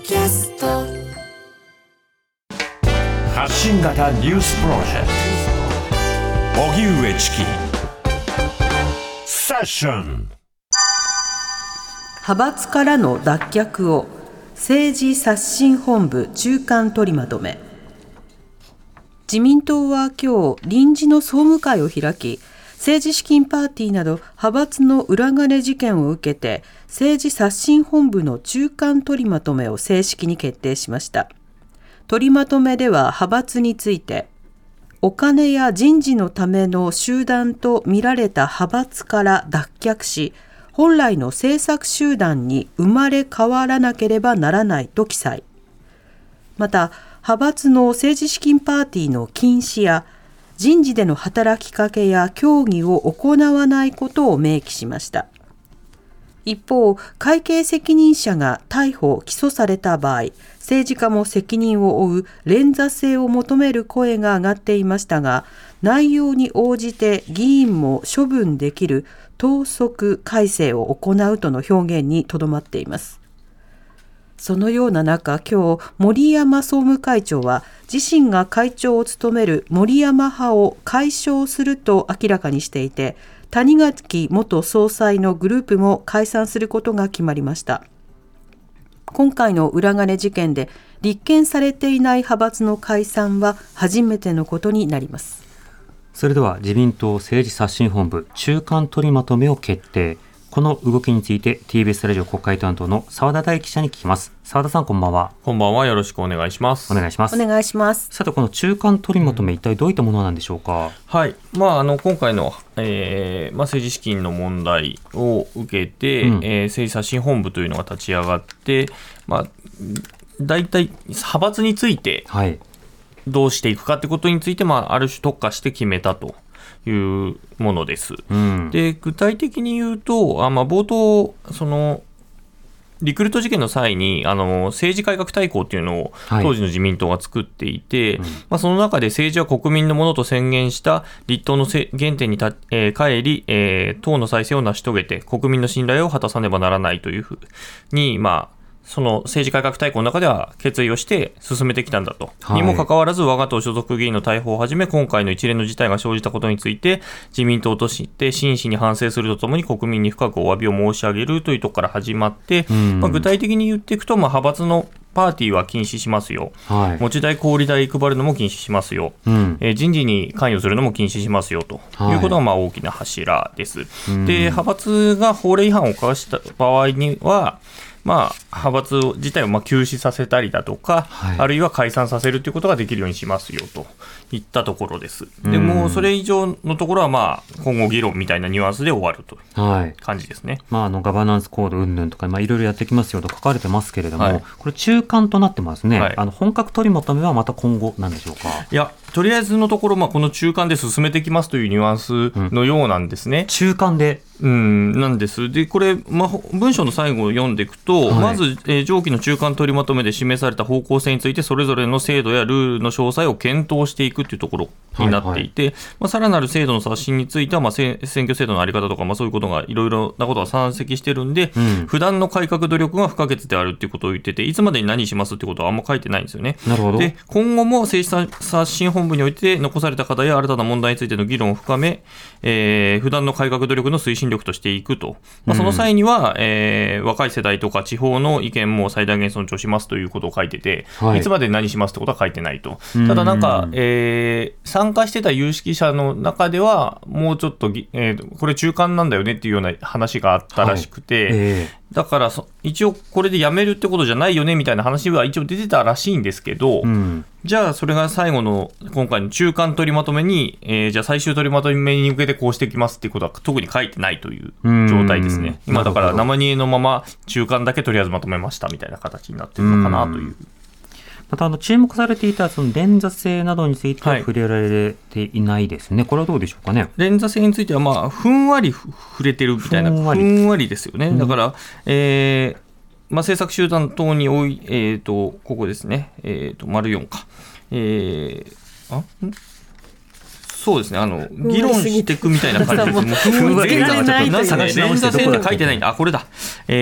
キャスト発信型ニュースプロジェクト荻上チキセッション。 派閥からの脱却を政治刷新本部中間取りまとめ。自民党は今日臨時の総務会を開き、政治資金パーティーなど派閥の裏金事件を受けて政治刷新本部の中間取りまとめを正式に決定しました。取りまとめでは派閥について、お金や人事のための集団と見られた派閥から脱却し、本来の政策集団に生まれ変わらなければならないと記載。また、派閥の政治資金パーティーの禁止や、人事での働きかけや協議を行わないことを明記しました。一方、会計責任者が逮捕・起訴された場合、政治家も責任を負う連座制を求める声が上がっていましたが、内容に応じて議員も処分できる党則改正を行うとの表現にとどまっています。そのような中、今日森山総務会長は自身が会長を務める森山派を解消すると明らかにしていて、谷垣元総裁のグループも解散することが決まりました。今回の裏金事件で立件されていない派閥の解散は初めてのことになります。 それでは自民党政治刷新本部中間取りまとめを決定。この動きについて TBS ラジオ国会担当の澤田大記者に聞きます。澤田さん、こんばんは。 こんばんは。よろしくお願いします。 お願いします。 お願いします。 さて、この中間取りまとめ、一体どういったものなんでしょうか。 はい。今回の、政治資金の問題を受けて、政治刷新本部というのが立ち上がって、大体派閥についてどうしていくかということについて、ある種特化して決めたというものです。で、具体的に言うと、冒頭リクルート事件の際に政治改革大綱というのを当時の自民党が作っていて、その中で政治は国民のものと宣言した立党の原点に帰り、党の再生を成し遂げて国民の信頼を果たさねばならないというふうに、その政治改革大綱の中では決意をして進めてきたんだと、にもかかわらず我が党所属議員の逮捕をはじめ今回の一連の事態が生じたことについて自民党として真摯に反省するとともに国民に深くお詫びを申し上げるというところから始まって、具体的に言っていくと、派閥のパーティーは禁止しますよ、持ち代小売代配るのも禁止しますよ、人事に関与するのも禁止しますよということが大きな柱です。で、派閥が法令違反を犯した場合には派閥自体を休止させたりだとか、あるいは解散させるということができるようにしますよといったところです。でもうそれ以上のところは今後議論みたいなニュアンスで終わるという感じですね。 ガバナンスコード云々とかいろいろやってきますよと書かれてますけれども、これ中間となってますね。本格取りまとめはまた今後なんでしょうか。 いや、とりあえずのところ、この中間で進めてきますというニュアンスのようなんですね。 中間でなんです。で、これ、文章の最後を読んでいくと、まず、上記の中間取りまとめで示された方向性についてそれぞれの制度やルールの詳細を検討していくというところになっていて、さらなる制度の刷新については、選挙制度の在り方とか、そういうことがいろいろなことが山積してるんで、普段の改革努力が不可欠であるということを言ってて、いつまでに何しますということはあんま書いてないんですよね。 なるほど。で、 今後も政治刷新本部において残された課題や新たな問題についての議論を深め、普段の改革努力の推進力としていくと、その際には、若い世代とか地方の意見も最大限尊重しますということを書いてて、いつまで何しますってことは書いてないと。ただ参加してた有識者の中ではもうちょっと、これ中間なんだよねっていうような話があったらしくて、だから一応これでやめるってことじゃないよねみたいな話は一応出てたらしいんですけど、じゃあそれが最後の今回の中間取りまとめに、じゃあ最終取りまとめに向けてこうしていきますっていうことは特に書いてないという状態ですね。今だから生煮えのまま中間だけとりあえずまとめましたみたいな形になってるのかなという。 また注目されていたその連座制などについては触れられていないですね。これはどうでしょうかね。 連座制についてはふんわり触れてるみたいな、ふんわりですよね。だから、政策集団等におい、ここですね、丸4か。 そうですね、議論していくみたいな感じです。もうふんわりなんかね、連座制度書いてないんだ。これだ。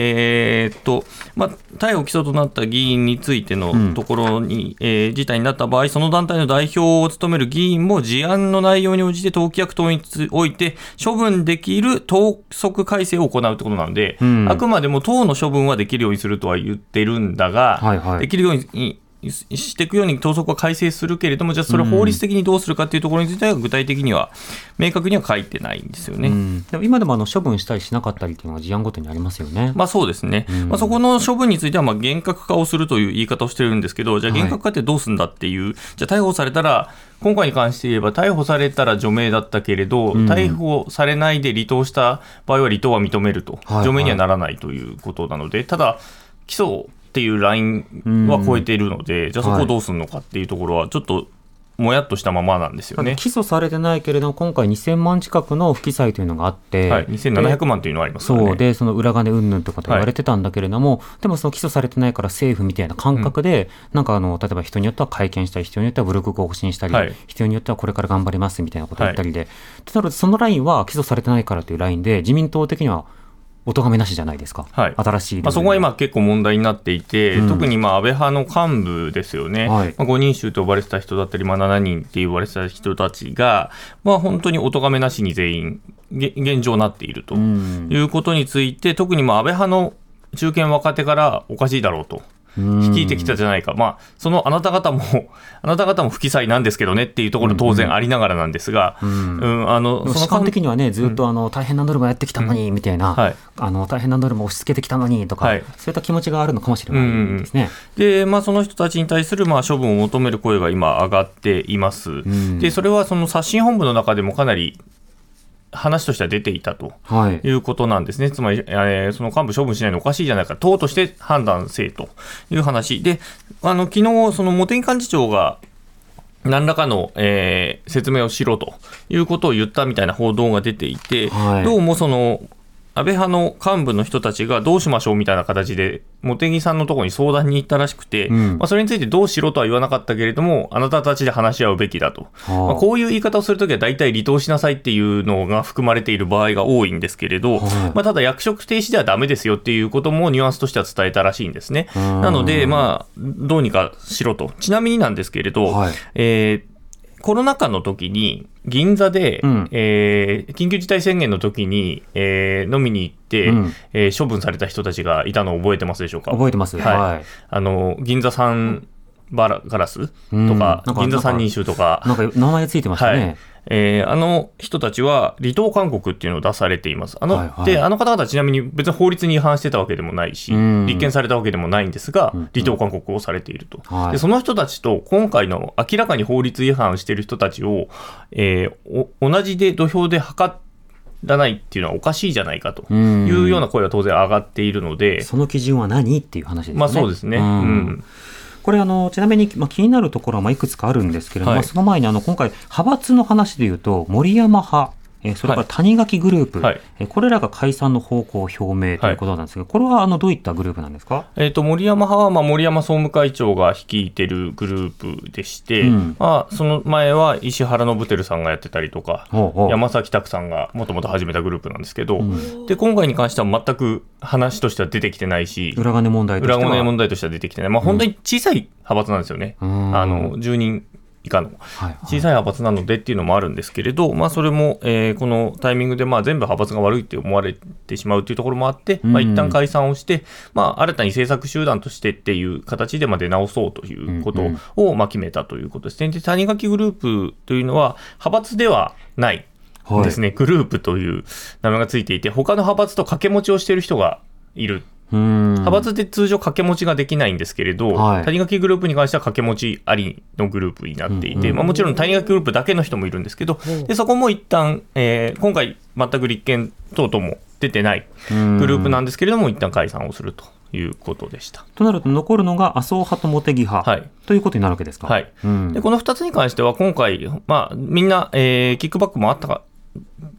逮捕・起訴となった議員についてのところに、事態になった場合、その団体の代表を務める議員も事案の内容に応じて党規約等において処分できる党則改正を行うということなので、あくまでも党の処分はできるようにするとは言ってるんだが、できるようにしていくように党則は改正するけれども、じゃあそれを法律的にどうするかというところについては具体的には明確には書いてないんですよね。 でも今でも処分したりしなかったりというのが事案ごとにありますよね。 そうですね、そこの処分については厳格化をするという言い方をしてるんですけど、じゃあ厳格化ってどうするんだっていう、じゃあ逮捕されたら、今回に関して言えば逮捕されたら除名だったけれど、逮捕されないで離党した場合は離党は認めると、除名にはならないということなので、ただ起訴っていうラインは超えているので、じゃあそこをどうするのかっていうところはちょっともやっとしたままなんですよね。 起訴されてないけれども、今回2000万近くの不記載というのがあって、 2700万というのがありますからね。 そうで、その裏金云々とかと言われてたんだけれども、でもその起訴されてないから政府みたいな感覚で、なんか例えば人によっては会見したり、人によっては武力更新したり、人によってはこれから頑張りますみたいなことを言ったりで、となるとそのラインは起訴されてないからというラインで、自民党的にはお咎めなしじゃないですか、新しい、 そこは今結構問題になっていて、特に安倍派の幹部ですよね、5人衆と呼ばれてた人だったり、7人って呼ばれてた人たちが、本当にお咎めなしに全員現状なっているということについて、特に安倍派の中堅若手からおかしいだろうと。率いてきたじゃないか、そのあなた方も不記載なんですけどねっていうところ当然ありながらなんですが、その主観的にはね、ずっと大変なノルマやってきたのにみたいな、大変なノルマ押し付けてきたのにとか、そういった気持ちがあるのかもしれないですね。 で、その人たちに対する処分を求める声が今上がっています。で、それはその刷新本部の中でもかなり話としては出ていたということなんですね。つまり、その幹部処分しないのおかしいじゃないか、党として判断せえという話で、昨日その茂木幹事長が何らかの、説明をしろということを言ったみたいな報道が出ていて、どうもその安倍派の幹部の人たちがどうしましょうみたいな形で茂木さんのところに相談に行ったらしくて、それについてどうしろとは言わなかったけれども、あなたたちで話し合うべきだと、こういう言い方をするときは大体離党しなさいっていうのが含まれている場合が多いんですけれど、ただ役職停止ではダメですよっていうこともニュアンスとしては伝えたらしいんですね。なので、どうにかしろと。ちなみになんですけれど、コロナ禍の時に銀座で、緊急事態宣言の時に、飲みに行って、処分された人たちがいたのを覚えてますでしょうか。 覚えてます。 銀座3ガラスとか、銀座三人衆とか、 なんか名前ついてましたね。 あの人たちは離党勧告っていうのを出されています。で、あの方々ちなみに別に法律に違反してたわけでもないし、立件されたわけでもないんですが、離党勧告をされていると。で、その人たちと今回の明らかに法律違反している人たちを、同じで土俵で測らないっていうのはおかしいじゃないかというような声は当然上がっているので、 その基準は何っていう話ですね。 そうですね。 これちなみに、気になるところはいくつかあるんですけれども、その前に今回派閥の話でいうと森山派、それから谷垣グループ、これらが解散の方向表明ということなんですが、これはどういったグループなんですか。 森山派は森山総務会長が率いてるグループでして、その前は石原伸晃さんがやってたりとか、山崎拓さんがもともと始めたグループなんですけど、で今回に関しては全く話としては出てきてないし、 裏金問題としては出てきてない、本当に小さい派閥なんですよね。10人以下の小さい派閥なのでっていうのもあるんですけれど、それも、このタイミングで全部派閥が悪いって思われてしまうというところもあって、一旦解散をして、新たに政策集団としてっていう形で出直そうということを決めたということですね。で、谷垣グループというのは派閥ではないですね、グループという名前がついていて、他の派閥と掛け持ちをしている人がいる。派閥で通常掛け持ちができないんですけれど、谷垣グループに関しては掛け持ちありのグループになっていて、もちろん谷垣グループだけの人もいるんですけど、でそこも一旦、今回全く立憲等々も出てないグループなんですけれども、一旦解散をするということでした。 となると残るのが麻生派と茂木派、ということになるわけですか。でこの2つに関しては今回、みんな、キックバックもあった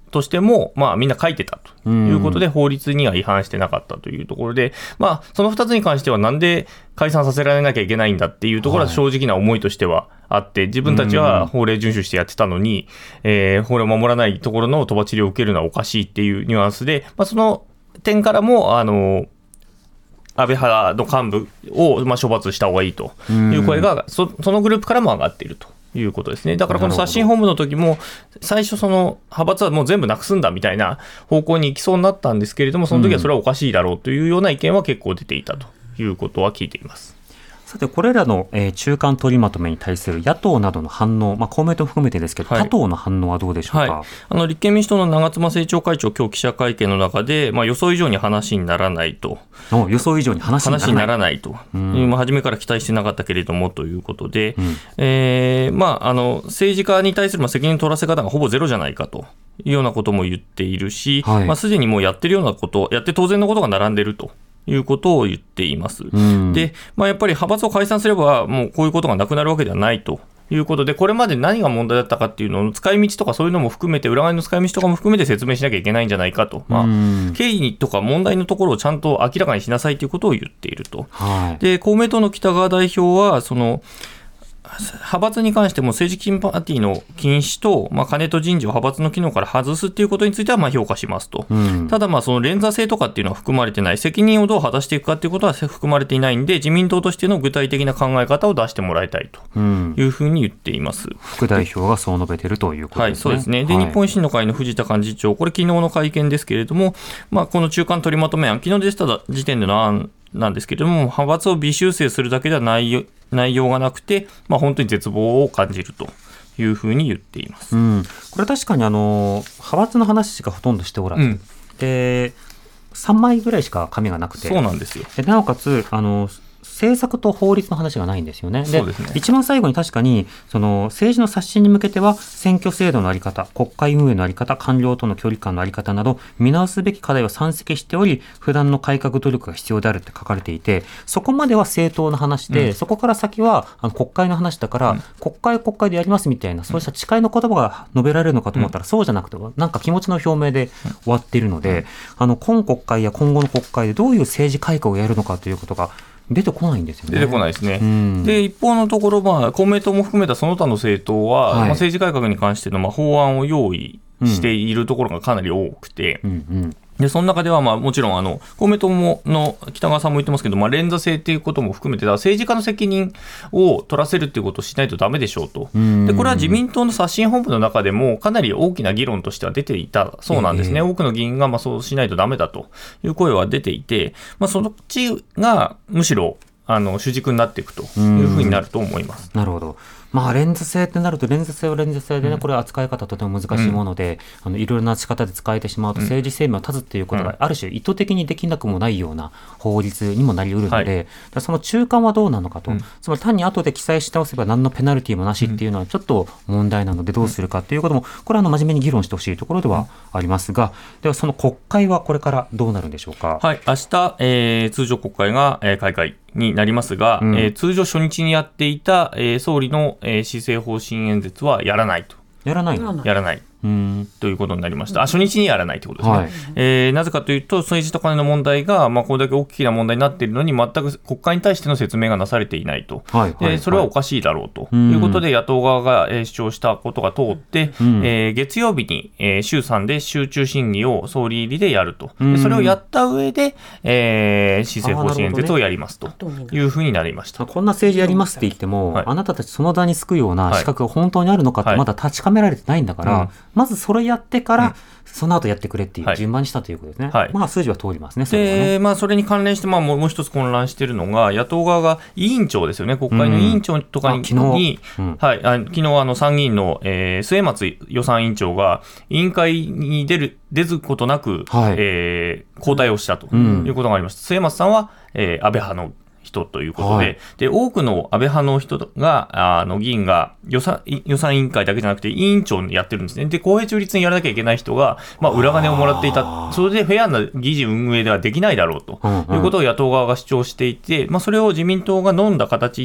としても、みんな書いてたということで、法律には違反してなかったというところで、その2つに関しては、なんで解散させられなきゃいけないんだっていうところは正直な思いとしてはあって、自分たちは法令遵守してやってたのに、法令を守らないところのとばちりを受けるのはおかしいっていうニュアンスで、その点からも、安倍派の幹部を処罰した方がいいという声が、そのグループからも上がっているということですね。だからこの刷新本部の時も、最初その派閥はもう全部なくすんだみたいな方向に行きそうになったんですけれども、その時はそれはおかしいだろうというような意見は結構出ていたということは聞いています。 さて、これらの中間取りまとめに対する野党などの反応、公明党含めてですけど、他党の反応はどうでしょうか。 立憲民主党の長妻政調会長、今日記者会見の中で、予想以上に話にならないと。 予想以上に話にならないと。初めから期待してなかったけれどもということで、政治家に対する責任取らせ方がほぼゼロじゃないかというようなことも言っているし、すでにもうやってるようなこと、やって当然のことが並んでるということを言っています。で、やっぱり派閥を解散すれば、もうこういうことがなくなるわけではないということで、これまで何が問題だったかっていうのを使い道とかそういうのも含めて、裏側の使い道とかも含めて説明しなきゃいけないんじゃないかと、経緯とか問題のところをちゃんと明らかにしなさいということを言っていると。で、公明党の北川代表は、派閥に関しても政治パーティーの禁止と、金と人事を派閥の機能から外すということについては評価しますと。ただ、その連座制とかっていうのは含まれてない、責任をどう果たしていくかということは含まれていないんで、自民党としての具体的な考え方を出してもらいたいというふうに言っています。 副代表がそう述べているということですね。 そうですね。で、日本維新の会の藤田幹事長、これ昨日の会見ですけれども、この中間取りまとめ案、昨日でした時点での案なんですけれども、派閥を微修正するだけでは内容がなくて、本当に絶望を感じるというふうに言っています。 これ確かに派閥の話しかほとんどしておらず、で3枚ぐらいしか紙がなくて、 そうなんですよ。 なおかつ政策と法律の話がないんですよね。で、一番最後に確かに政治の刷新に向けては選挙制度の在り方、国会運営の在り方、官僚との距離感の在り方など見直すべき課題を山積しており、不断の改革努力が必要であるって書かれていて、そこまでは正当な話で、そこから先は国会の話だから、国会でやりますみたいな、そうした誓いの言葉が述べられるのかと思ったら、そうじゃなくて、なんか気持ちの表明で終わっているので、今国会や今後の国会でどういう政治改革をやるのかということが出てこないんですよね。 出てこないですね。で、一方のところ、公明党も含めたその他の政党は、政治改革に関しての法案を用意しているところがかなり多くて、でその中ではもちろん公明党の北川さんも言ってますけど、連座制ということも含めて政治家の責任を取らせるということをしないとダメでしょうと。でこれは自民党の刷新本部の中でもかなり大きな議論としては出ていたそうなんですね。多くの議員がそうしないとダメだという声は出ていて、そっちがむしろ主軸になっていくというふうになると思います。 なるほど。連座制ってなると、連座制は連座制でね、これは扱い方とても難しいもので、いろいろな仕方で使えてしまうと、政治生命を断つっていうことがある種意図的にできなくもないような法律にもなりうるので、その中間はどうなのかと、つまり単に後で記載し直せば何のペナルティもなしっていうのはちょっと問題なので、どうするかっていうことも、これは真面目に議論してほしいところではありますが、ではその国会はこれからどうなるんでしょうか。 明日、通常国会が開会になりますが、通常初日にやっていた、総理の、施政方針演説はやらないと。やらないということになりました。初日にやらないということですね。なぜかというと、政治と金の問題が、これだけ大きな問題になっているのに、全く国会に対しての説明がなされていないと。でそれはおかしいだろうということで、野党側が主張したことが通って、月曜日に衆3で集中審議を総理入りでやると。でそれをやった上で、施政方針演説をやりますというふうになりました。 こんな政治やりますって言っても、あなたたちその座につくような資格が本当にあるのかってまだ確かめられてないんだから、まずそれやってから、その後やってくれっていう順番にしたということですね。数字は通りますね。それはね。 それに関連して、もう一つ混乱しているのが、野党側が委員長ですよね。国会の委員長とかに、昨日参議院の、末松予算委員長が委員会に出ずことなく、交代をしたということがありました。末松さんは、安倍派の人ということで、で多くの安倍派の人が議員が予算委員会だけじゃなくて委員長をやってるんですね。で公平中立にやらなきゃいけない人が、裏金をもらっていた。それでフェアな議事運営ではできないだろうということを野党側が主張していて、それを自民党が飲んだ形になって 、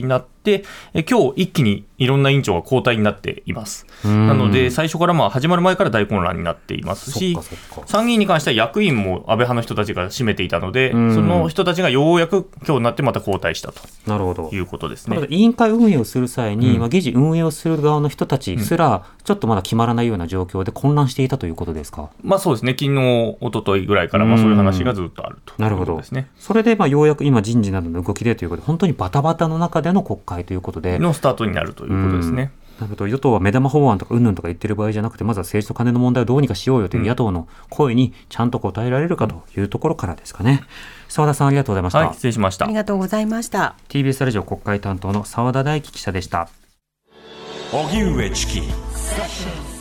今日一気にいろんな委員長が交代になっています。なので最初から始まる前から大混乱になっていますし、参議院に関しては役員も安倍派の人たちが占めていたので、その人たちがようやく今日になってまた交代したということですね。 委員会運営をする際に、議事運営をする側の人たちすらちょっとまだ決まらないような状況で混乱していたということですか。 そうですね、昨日一昨日ぐらいからそういう話がずっとあるということですね。 それでようやく今人事などの動きでということで、本当にバタバタの中での国会ということでのスタートになるということですね。 なるほど。与党は目玉法案とかうんぬんとか言ってる場合じゃなくて、まずは政治と金の問題をどうにかしようよという野党の声にちゃんと応えられるかというところからですかね。澤田さん、ありがとうございました。 はい、失礼しました。 ありがとうございました。 TBS ラジオ国会担当の澤田大樹記者でした。 荻上チキ